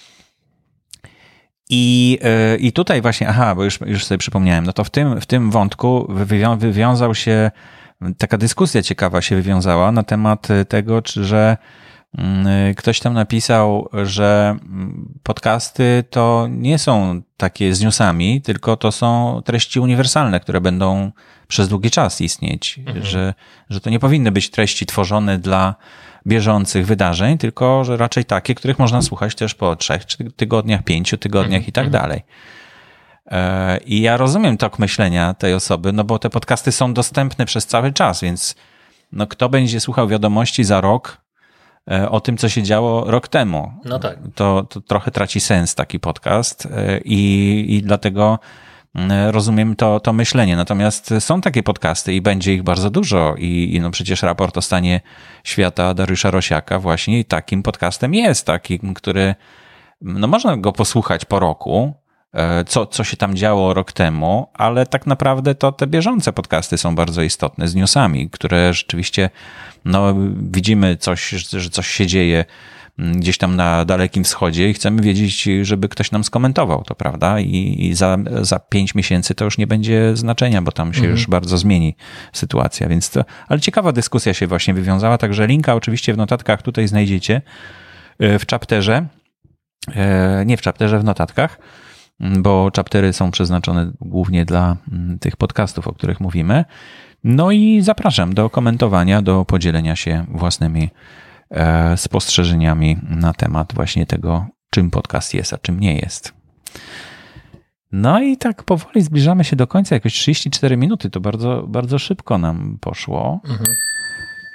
I tutaj właśnie, bo już sobie przypomniałem, no to w tym wątku wywiązał się, taka dyskusja ciekawa się wywiązała na temat tego, że ktoś tam napisał, że podcasty to nie są takie z newsami, tylko to są treści uniwersalne, które będą przez długi czas istnieć, że to nie powinny być treści tworzone dla bieżących wydarzeń, tylko że raczej takie, których można słuchać też po 3 tygodniach, 5 tygodniach i tak dalej. I ja rozumiem tok myślenia tej osoby, no bo te podcasty są dostępne przez cały czas, więc kto będzie słuchał wiadomości za rok o tym, co się działo rok temu. No tak. To trochę traci sens taki podcast i dlatego rozumiem to myślenie. Natomiast są takie podcasty i będzie ich bardzo dużo i przecież raport o stanie świata Dariusza Rosiaka właśnie takim podcastem jest, takim, który można go posłuchać po roku, co się tam działo rok temu, ale tak naprawdę to te bieżące podcasty są bardzo istotne z newsami, które rzeczywiście widzimy że coś się dzieje gdzieś tam na Dalekim Wschodzie i chcemy wiedzieć, żeby ktoś nam skomentował to, prawda? I za 5 miesięcy to już nie będzie znaczenia, bo tam się już bardzo zmieni sytuacja, więc ale ciekawa dyskusja się właśnie wywiązała, także linka oczywiście w notatkach tutaj znajdziecie w chapterze, nie w chapterze, w notatkach, bo chaptery są przeznaczone głównie dla tych podcastów, o których mówimy. No i zapraszam do komentowania, do podzielenia się własnymi spostrzeżeniami na temat właśnie tego, czym podcast jest, a czym nie jest. No i tak powoli zbliżamy się do końca, jakoś 34 minuty, to bardzo, bardzo szybko nam poszło.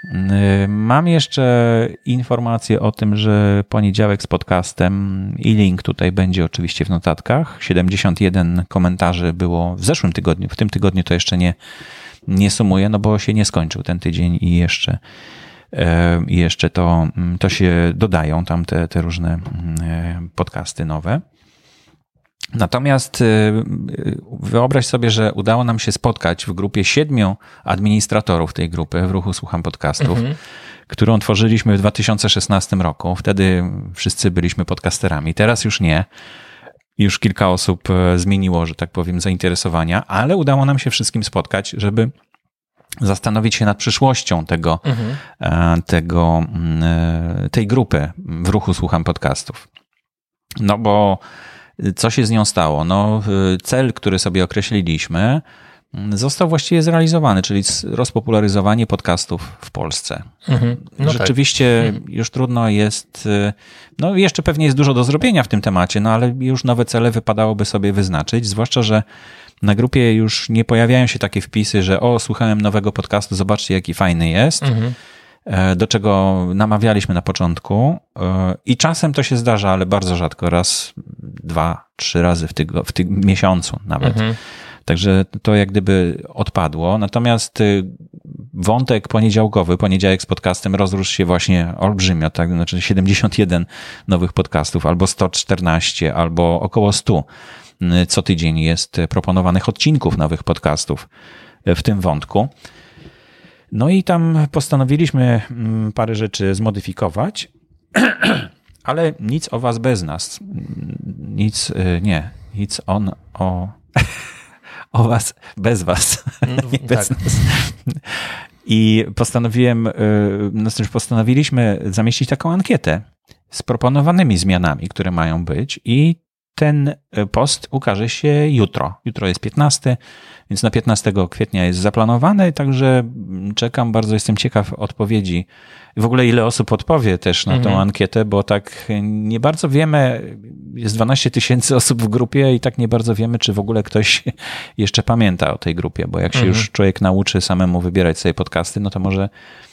Mam jeszcze informację o tym, że poniedziałek z podcastem i link tutaj będzie oczywiście w notatkach. 71 komentarzy było w zeszłym tygodniu. W tym tygodniu to jeszcze nie sumuję, no bo się nie skończył ten tydzień i jeszcze to się dodają tam te różne podcasty nowe. Natomiast wyobraź sobie, że udało nam się spotkać w grupie 7 administratorów tej grupy w Ruchu Słucham Podcastów, którą tworzyliśmy w 2016 roku. Wtedy wszyscy byliśmy podcasterami. Teraz już nie. Już kilka osób zmieniło, że tak powiem, zainteresowania, ale udało nam się wszystkim spotkać, żeby zastanowić się nad przyszłością tej grupy w Ruchu Słucham Podcastów. No bo co się z nią stało? No, cel, który sobie określiliśmy, został właściwie zrealizowany, czyli rozpopularyzowanie podcastów w Polsce. No rzeczywiście już trudno jest, no jeszcze pewnie jest dużo do zrobienia w tym temacie, no ale już nowe cele wypadałoby sobie wyznaczyć, zwłaszcza, że na grupie już nie pojawiają się takie wpisy, że słuchałem nowego podcastu, zobaczcie jaki fajny jest. Do czego namawialiśmy na początku i czasem to się zdarza, ale bardzo rzadko, raz, 2, 3 razy w tym miesiącu nawet. Także to jak gdyby odpadło. Natomiast wątek poniedziałkowy, poniedziałek z podcastem rozrósł się właśnie olbrzymio, tak? Znaczy 71 nowych podcastów, albo 114, albo około 100 co tydzień jest proponowanych odcinków nowych podcastów w tym wątku. No i tam postanowiliśmy parę rzeczy zmodyfikować, ale nic o was bez nas. Nic o was bez was. Bez nas. I postanowiliśmy zamieścić taką ankietę z proponowanymi zmianami, które mają być i ten post ukaże się jutro. Jutro jest 15, więc na 15 kwietnia jest zaplanowany, także czekam, bardzo jestem ciekaw odpowiedzi. W ogóle ile osób odpowie też na tą ankietę, bo tak nie bardzo wiemy, jest 12 000 osób w grupie i tak nie bardzo wiemy, czy w ogóle ktoś jeszcze pamięta o tej grupie, bo jak się już człowiek nauczy samemu wybierać sobie podcasty, no to może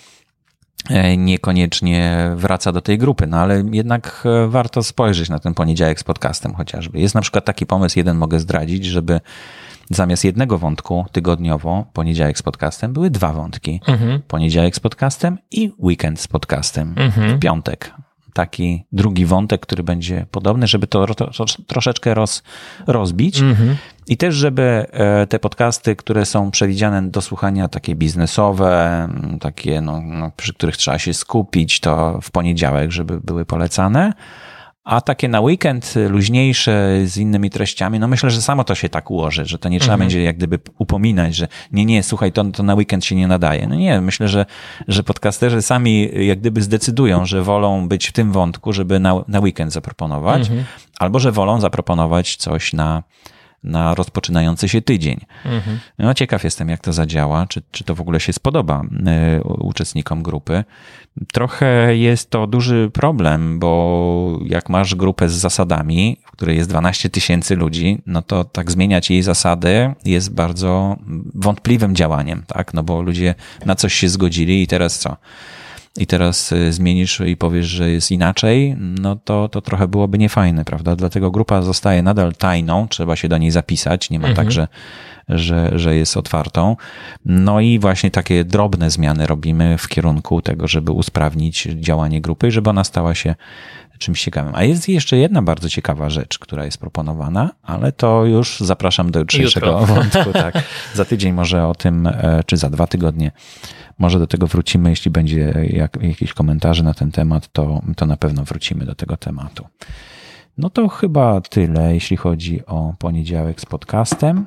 niekoniecznie wraca do tej grupy, no ale jednak warto spojrzeć na ten poniedziałek z podcastem chociażby. Jest na przykład taki pomysł, jeden mogę zdradzić, żeby zamiast jednego wątku tygodniowo, poniedziałek z podcastem, były 2 wątki. Poniedziałek z podcastem i weekend z podcastem w piątek. Taki drugi wątek, który będzie podobny, żeby to troszeczkę rozbić. I też, żeby te podcasty, które są przewidziane do słuchania, takie biznesowe, takie, przy których trzeba się skupić, to w poniedziałek, żeby były polecane. A takie na weekend, luźniejsze, z innymi treściami, no myślę, że samo to się tak ułoży, że to nie trzeba będzie jak gdyby upominać, że nie, słuchaj, to na weekend się nie nadaje. No nie, myślę, że podcasterzy sami jak gdyby zdecydują, że wolą być w tym wątku, żeby na weekend zaproponować, albo że wolą zaproponować coś na rozpoczynający się tydzień. No ciekaw jestem, jak to zadziała, czy to w ogóle się spodoba uczestnikom grupy. Trochę jest to duży problem, bo jak masz grupę z zasadami, w której jest 12 000 ludzi, no to tak zmieniać jej zasady jest bardzo wątpliwym działaniem, tak? No bo ludzie na coś się zgodzili i teraz co? I teraz zmienisz i powiesz, że jest inaczej, no to trochę byłoby niefajne, prawda? Dlatego grupa zostaje nadal tajną, trzeba się do niej zapisać, nie ma tak, że jest otwartą. No i właśnie takie drobne zmiany robimy w kierunku tego, żeby usprawnić działanie grupy i żeby ona stała się czymś ciekawym. A jest jeszcze jedna bardzo ciekawa rzecz, która jest proponowana, ale to już zapraszam do jutrzejszego wątku. Tak. Za tydzień może o tym, czy za 2 tygodnie może do tego wrócimy. Jeśli będzie jakieś komentarze na ten temat, to na pewno wrócimy do tego tematu. No to chyba tyle, jeśli chodzi o poniedziałek z podcastem.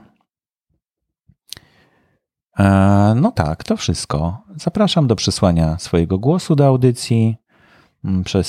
No tak, to wszystko. Zapraszam do przysłania swojego głosu do audycji przez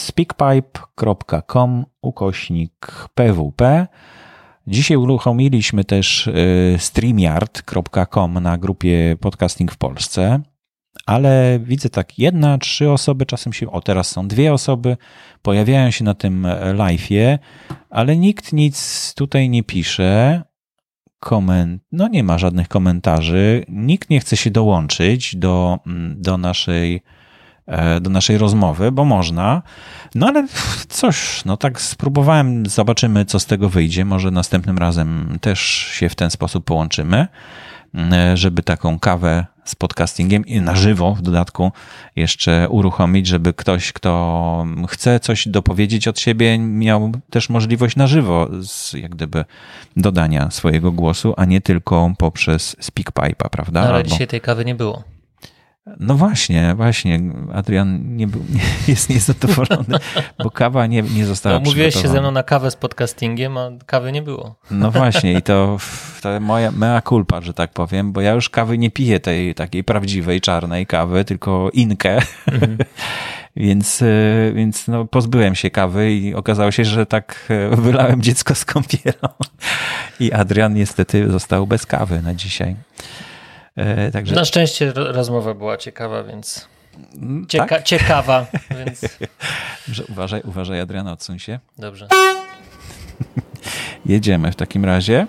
speakpipe.com/PWP. Dzisiaj uruchomiliśmy też streamyard.com na grupie Podcasting w Polsce, ale widzę tak 1, 3 osoby, czasem teraz są 2 osoby, pojawiają się na tym live'ie, ale nikt nic tutaj nie pisze. No nie ma żadnych komentarzy, nikt nie chce się dołączyć do naszej do naszej rozmowy, bo można. No ale coś, no tak spróbowałem, zobaczymy, co z tego wyjdzie. Może następnym razem też się w ten sposób połączymy, żeby taką kawę z podcastingiem i na żywo w dodatku jeszcze uruchomić, żeby ktoś, kto chce coś dopowiedzieć od siebie, miał też możliwość na żywo jak gdyby dodania swojego głosu, a nie tylko poprzez SpeakPipe'a, prawda? Ale dzisiaj tej kawy nie było. No właśnie, Adrian jest niezadowolony, bo kawa nie została przygotowana. Mówiłeś się ze mną na kawę z podcastingiem, a kawy nie było. No właśnie i to moja mea culpa, że tak powiem, bo ja już kawy nie piję tej takiej prawdziwej, czarnej kawy, tylko inkę. Więc no, pozbyłem się kawy i okazało się, że tak wylałem dziecko z kąpielą. I Adrian niestety został bez kawy na dzisiaj. Także... Na szczęście rozmowa była ciekawa, więc tak? ciekawa, więc... Uważaj Adrian, odsuń się. Dobrze. Jedziemy w takim razie.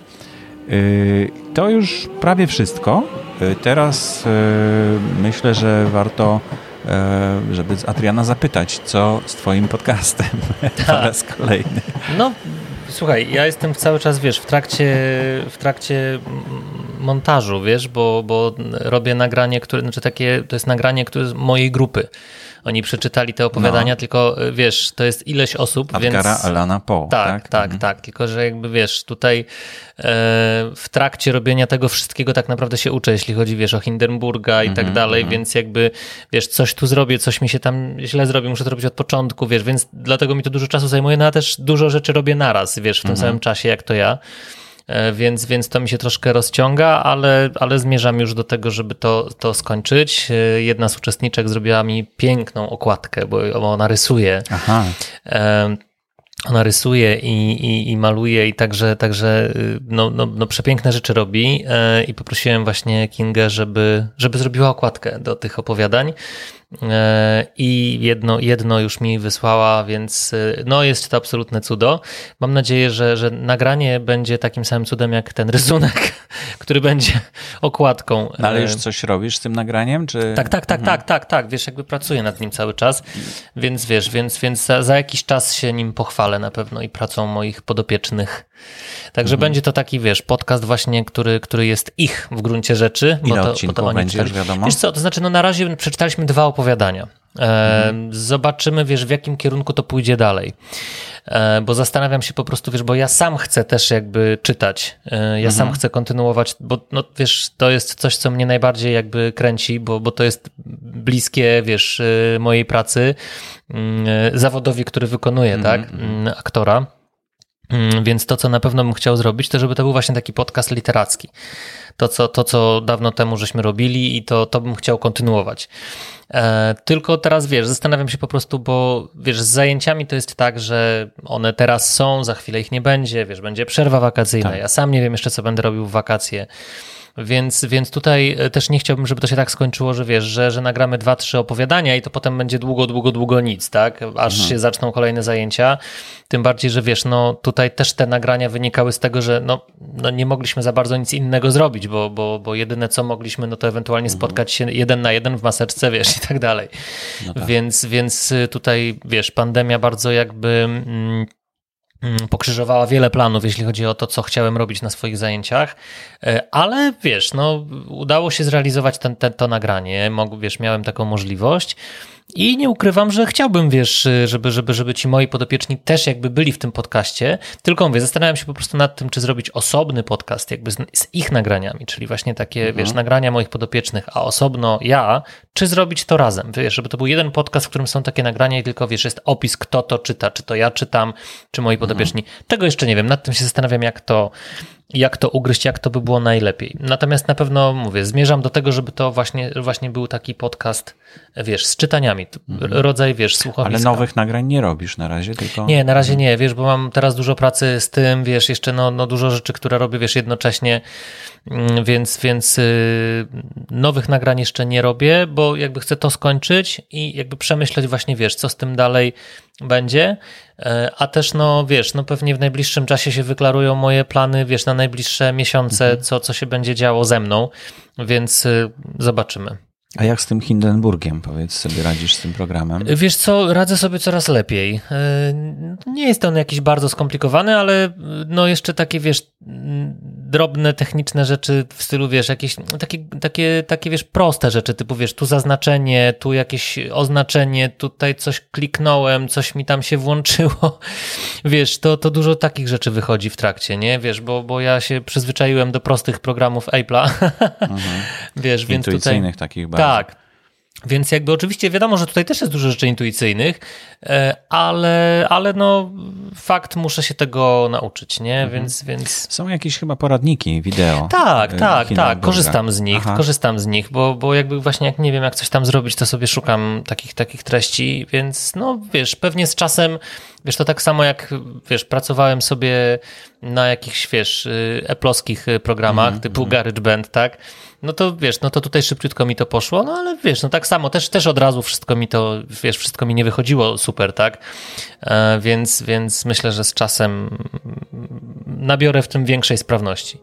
To już prawie wszystko. Teraz myślę, że warto, żeby Adriana zapytać, co z twoim podcastem po raz kolejny. No, słuchaj, ja jestem cały czas, wiesz, w trakcie montażu, wiesz, bo robię nagranie, to jest nagranie z mojej grupy. Oni przeczytali te opowiadania, tylko wiesz, to jest ileś osób, Edgara więc... Allana Poe. Tak, tylko że jakby wiesz, tutaj w trakcie robienia tego wszystkiego tak naprawdę się uczę, jeśli chodzi, wiesz, o Hindenburga i tak dalej, więc jakby, wiesz, coś tu zrobię, coś mi się tam źle zrobi, muszę to robić od początku, wiesz, więc dlatego mi to dużo czasu zajmuje, no a też dużo rzeczy robię naraz, wiesz, w tym samym czasie jak to ja. Więc to mi się troszkę rozciąga, ale zmierzam już do tego, żeby to skończyć. Jedna z uczestniczek zrobiła mi piękną okładkę, bo ona rysuje. Aha. Ona rysuje i maluje i także no przepiękne rzeczy robi i poprosiłem właśnie Kingę, żeby zrobiła okładkę do tych opowiadań. I jedno już mi wysłała, więc no jest to absolutne cudo. Mam nadzieję, że nagranie będzie takim samym cudem jak ten rysunek, który będzie okładką. No, ale już coś robisz z tym nagraniem? Czy... Tak. Wiesz, jakby pracuję nad nim cały czas, więc wiesz, więc za jakiś czas się nim pochwalę na pewno i pracą moich podopiecznych. Także będzie to taki, wiesz, podcast właśnie, który jest ich w gruncie rzeczy. Ile odcinków będzie, już wiadomo? Wiesz co, to znaczy, no na razie przeczytaliśmy 2 opowiadania. Zobaczymy, wiesz, w jakim kierunku to pójdzie dalej. Bo zastanawiam się po prostu, wiesz, bo ja sam chcę też jakby czytać. Ja sam chcę kontynuować, bo no wiesz, to jest coś, co mnie najbardziej jakby kręci, bo to jest bliskie, wiesz, mojej pracy, zawodowi, który wykonuję, tak, aktora. Więc to, co na pewno bym chciał zrobić, to żeby to był właśnie taki podcast literacki. To, co dawno temu żeśmy robili i to bym chciał kontynuować. Tylko teraz, wiesz, zastanawiam się po prostu, bo wiesz, z zajęciami to jest tak, że one teraz są, za chwilę ich nie będzie, wiesz, będzie przerwa wakacyjna. Tak. Ja sam nie wiem jeszcze, co będę robił w wakacje. Więc tutaj też nie chciałbym, żeby to się tak skończyło, że wiesz, że nagramy 2-3 opowiadania i to potem będzie długo nic, tak? Aż się zaczną kolejne zajęcia. Tym bardziej, że wiesz, no tutaj też te nagrania wynikały z tego, że no nie mogliśmy za bardzo nic innego zrobić, bo jedyne co mogliśmy, no to ewentualnie spotkać się 1 na 1 w maseczce, wiesz, i tak dalej. No tak. Więc tutaj, wiesz, pandemia bardzo jakby pokrzyżowała wiele planów, jeśli chodzi o to, co chciałem robić na swoich zajęciach, ale wiesz, no udało się zrealizować to nagranie, wiesz, miałem taką możliwość i nie ukrywam, że chciałbym, wiesz, żeby ci moi podopieczni też jakby byli w tym podcaście, tylko mówię, zastanawiam się po prostu nad tym, czy zrobić osobny podcast jakby z ich nagraniami, czyli właśnie takie, wiesz, nagrania moich podopiecznych, a osobno ja, czy zrobić to razem, wiesz, żeby to był jeden podcast, w którym są takie nagrania i tylko, wiesz, jest opis, kto to czyta, czy to ja czytam, czy moi podopieczni. Tego jeszcze nie wiem, nad tym się zastanawiam, jak to ugryźć, jak to by było najlepiej. Natomiast na pewno, mówię, zmierzam do tego, żeby to właśnie był taki podcast, wiesz, z czytaniami, rodzaj, wiesz, słuchowiska. Ale nowych nagrań nie robisz na razie, tylko... Nie, na razie nie, wiesz, bo mam teraz dużo pracy z tym, wiesz, jeszcze no dużo rzeczy, które robię, wiesz, jednocześnie, więc nowych nagrań jeszcze nie robię, bo jakby chcę to skończyć i jakby przemyśleć właśnie, wiesz, co z tym dalej będzie, a też no wiesz, no pewnie w najbliższym czasie się wyklarują moje plany, wiesz, na najbliższe miesiące, co się będzie działo ze mną, więc zobaczymy. A jak z tym Hindenburgiem, powiedz sobie, radzisz z tym programem? Wiesz co, radzę sobie coraz lepiej. Nie jest on jakiś bardzo skomplikowany, ale no jeszcze takie, wiesz, drobne, techniczne rzeczy w stylu, wiesz, jakieś takie wiesz, proste rzeczy, typu, wiesz, tu zaznaczenie, tu jakieś oznaczenie, tutaj coś kliknąłem, coś mi tam się włączyło. Wiesz, to dużo takich rzeczy wychodzi w trakcie, nie? Wiesz, bo ja się przyzwyczaiłem do prostych programów Apple'a. Wiesz, więc intuicyjnych tutaj... takich bardzo. Tak. Więc jakby oczywiście wiadomo, że tutaj też jest dużo rzeczy intuicyjnych, ale no fakt, muszę się tego nauczyć, nie? Więc... Są jakieś chyba poradniki wideo. Tak. Korzystam z nich, bo jakby właśnie jak nie wiem, jak coś tam zrobić, to sobie szukam takich treści, więc no wiesz, pewnie z czasem, wiesz, to tak samo jak, wiesz, pracowałem sobie na jakichś, wiesz, Apple'owskich programach typu GarageBand, tak? No to wiesz, no to tutaj szybciutko mi to poszło, no ale wiesz, no tak samo, też od razu wszystko mi to, wiesz, wszystko mi nie wychodziło super, tak? Więc myślę, że z czasem nabiorę w tym większej sprawności.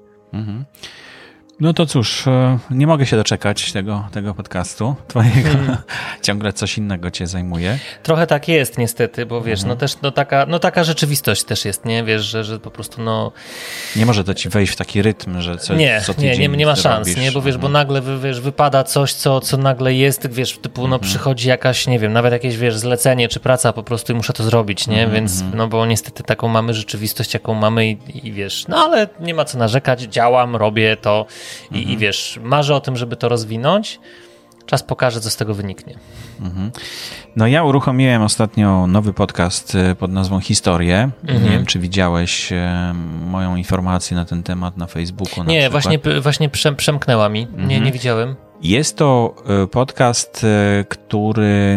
No to cóż, nie mogę się doczekać tego podcastu twojego. Ciągle coś innego cię zajmuje. Trochę tak jest niestety, bo wiesz, no też taka rzeczywistość też jest, nie? Wiesz, że po prostu no... Nie może to ci wejść w taki rytm, że co tydzień nie ma szans, robisz. nie? Bo wiesz, bo nagle wiesz, wypada coś, co nagle jest, wiesz, typu no przychodzi jakaś, nie wiem, nawet jakieś, wiesz, zlecenie czy praca po prostu i muszę to zrobić, nie? Więc no bo niestety taką mamy rzeczywistość, jaką mamy i wiesz, no ale nie ma co narzekać, działam, robię to i wiesz, marzę o tym, żeby to rozwinąć. Czas pokaże, co z tego wyniknie. No ja uruchomiłem ostatnio nowy podcast pod nazwą Historie. Nie wiem, czy widziałeś moją informację na ten temat na Facebooku. Nie, właśnie przemknęła mi. Nie widziałem. Jest to podcast, który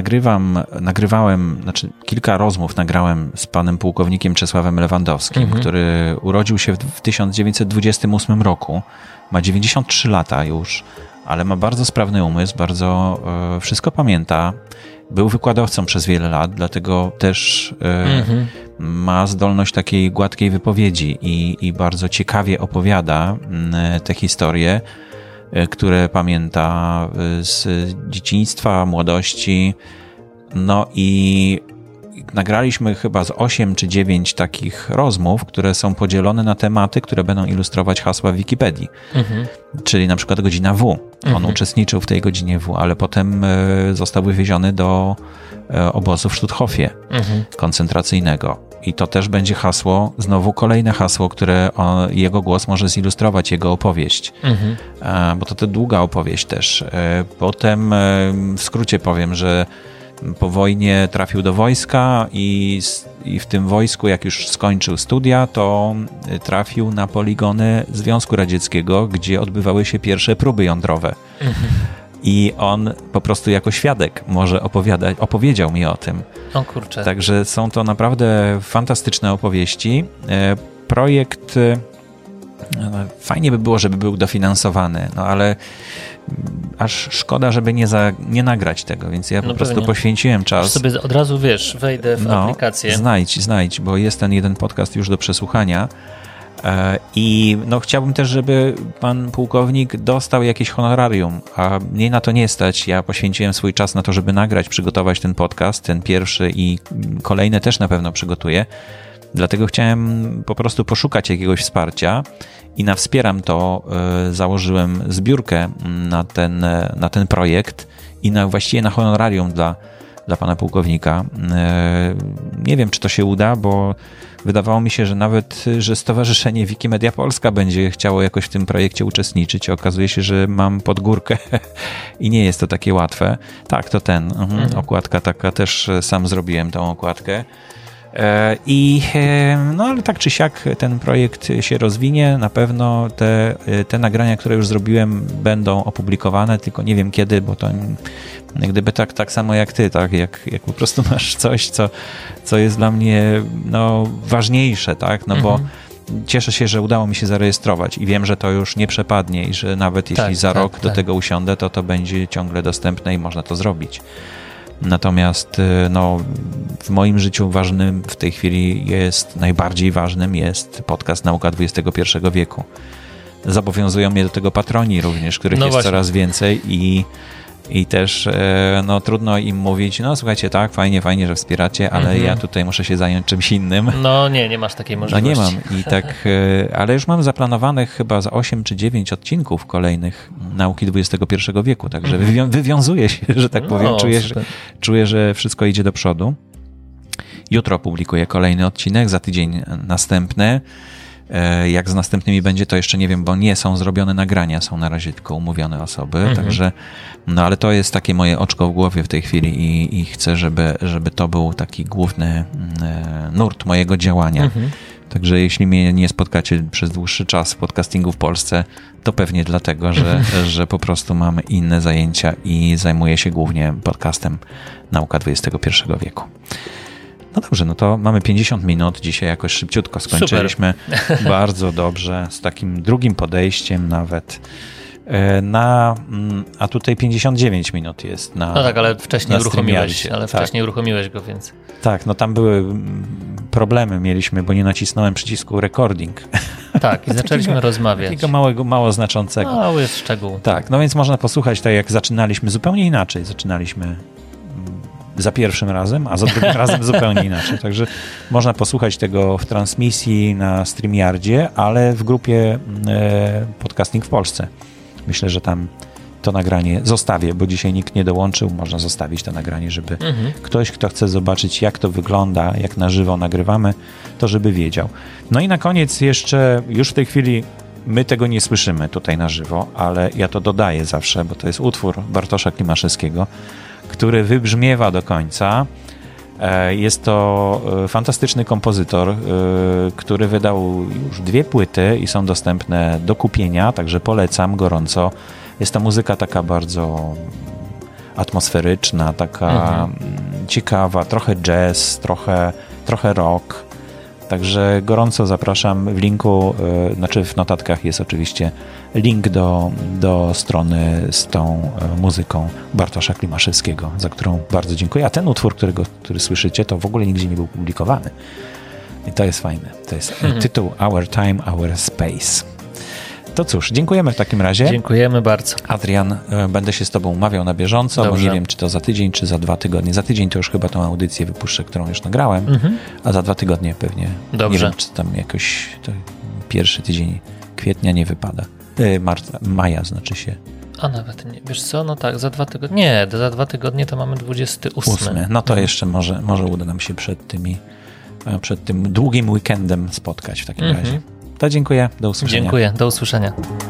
nagrywałem, znaczy kilka rozmów nagrałem z panem pułkownikiem Czesławem Lewandowskim, który urodził się w 1928 roku. Ma 93 lata już, ale ma bardzo sprawny umysł, bardzo wszystko pamięta. Był wykładowcą przez wiele lat, dlatego też ma zdolność takiej gładkiej wypowiedzi i bardzo ciekawie opowiada te historie, które pamięta z dzieciństwa, młodości. No i nagraliśmy chyba z 8 czy 9 takich rozmów, które są podzielone na tematy, które będą ilustrować hasła w Wikipedii. Czyli na przykład godzina W. On uczestniczył w tej godzinie W, ale potem został wywieziony do obozu w Stutthofie koncentracyjnego. I to też będzie hasło, znowu kolejne hasło, które jego głos może zilustrować, jego opowieść. Bo to długa opowieść też. Potem w skrócie powiem, że po wojnie trafił do wojska i w tym wojsku, jak już skończył studia, to trafił na poligony Związku Radzieckiego, gdzie odbywały się pierwsze próby jądrowe. I on po prostu jako świadek może opowiedział mi o tym. O kurczę. Także są to naprawdę fantastyczne opowieści. Projekt fajnie by było, żeby był dofinansowany, no ale aż szkoda, żeby nie nagrać tego, więc ja po prostu poświęciłem czas. Już sobie od razu, wiesz, wejdę w aplikację. Znajdź, bo jest ten jeden podcast już do przesłuchania. I no chciałbym też, żeby pan pułkownik dostał jakieś honorarium, a mnie na to nie stać. Ja poświęciłem swój czas na to, żeby nagrać, przygotować ten podcast, ten pierwszy i kolejne też na pewno przygotuję. Dlatego chciałem po prostu poszukać jakiegoś wsparcia i na Wspieram to założyłem zbiórkę na ten projekt i właściwie na honorarium dla pana pułkownika. Nie wiem, czy to się uda, bo wydawało mi się, że Stowarzyszenie Wikimedia Polska będzie chciało jakoś w tym projekcie uczestniczyć. Okazuje się, że mam pod górkę i nie jest to takie łatwe. Tak, to okładka taka, też sam zrobiłem tą okładkę. No ale tak czy siak ten projekt się rozwinie, na pewno te nagrania, które już zrobiłem, będą opublikowane, tylko nie wiem kiedy, bo to jak gdyby tak samo jak ty, tak? Jak po prostu masz coś, co jest dla mnie ważniejsze, tak? No bo cieszę się, że udało mi się zarejestrować i wiem, że to już nie przepadnie i że nawet jeśli za rok do tego usiądę, to będzie ciągle dostępne i można to zrobić. Natomiast w moim życiu ważnym w tej chwili najbardziej ważnym jest podcast Nauka XXI wieku. zobowiązują mnie do tego patroni również, których jest właśnie. coraz więcej i też trudno im mówić, słuchajcie, tak, fajnie, że wspieracie, ale ja tutaj muszę się zająć czymś innym. No nie masz takiej możliwości. No nie mam i tak, ale już mam zaplanowanych chyba za 8 czy 9 odcinków kolejnych nauki XXI wieku, także wywiązuje się, że tak powiem, czuję, że wszystko idzie do przodu. Jutro publikuję kolejny odcinek, za tydzień następny. Jak z następnymi będzie, to jeszcze nie wiem, bo nie są zrobione nagrania, są na razie tylko umówione osoby, także ale to jest takie moje oczko w głowie w tej chwili i chcę, żeby to był taki główny nurt mojego działania. Także jeśli mnie nie spotkacie przez dłuższy czas w podcastingu w Polsce, to pewnie dlatego, że po prostu mam inne zajęcia i zajmuję się głównie podcastem Nauka XXI wieku. No dobrze, no to mamy 50 minut, dzisiaj jakoś szybciutko skończyliśmy. Super. Bardzo dobrze, z takim drugim podejściem nawet. A tutaj 59 minut jest na No tak, ale wcześniej wcześniej uruchomiłeś go, więc... Tak, no tam były problemy mieliśmy, bo nie nacisnąłem przycisku recording. Tak, i zaczęliśmy rozmawiać. Takiego mało znaczącego. Mały jest szczegół. Tak, no więc można posłuchać tak jak zaczynaliśmy zupełnie inaczej. Zaczynaliśmy za pierwszym razem, a za drugim razem zupełnie inaczej. Także można posłuchać tego w transmisji na StreamYardzie, ale w grupie Podcasting w Polsce. Myślę, że tam to nagranie zostawię, bo dzisiaj nikt nie dołączył. Można zostawić to nagranie, żeby ktoś, kto chce zobaczyć, jak to wygląda, jak na żywo nagrywamy, to żeby wiedział. No i na koniec jeszcze, już w tej chwili my tego nie słyszymy tutaj na żywo, ale ja to dodaję zawsze, bo to jest utwór Bartosza Klimaszewskiego, który wybrzmiewa do końca. Jest to fantastyczny kompozytor, który wydał już 2 płyty i są dostępne do kupienia, także polecam gorąco. Jest to muzyka taka bardzo atmosferyczna, taka ciekawa, trochę jazz, trochę rock. Także gorąco zapraszam. W linku, w notatkach jest oczywiście link do strony z tą muzyką Bartosza Klimaszewskiego, za którą bardzo dziękuję. A ten utwór, który słyszycie, to w ogóle nigdzie nie był publikowany. I to jest fajne. To jest tytuł Our Time, Our Space. To cóż, dziękujemy w takim razie. Dziękujemy bardzo. Adrian, będę się z tobą umawiał na bieżąco, Dobrze. Bo nie wiem, czy to za tydzień, czy za 2 tygodnie. Za tydzień to już chyba tą audycję wypuszczę, którą już nagrałem, a za 2 tygodnie pewnie. Dobrze. Nie wiem, czy tam jakoś pierwszy tydzień kwietnia nie wypada. Maja znaczy się. A nawet nie. Wiesz co, no tak, za 2 tygodnie. Nie, za 2 tygodnie to mamy 28. No to jeszcze może uda nam się przed tym długim weekendem spotkać w takim razie. To dziękuję, do usłyszenia. Dziękuję, do usłyszenia.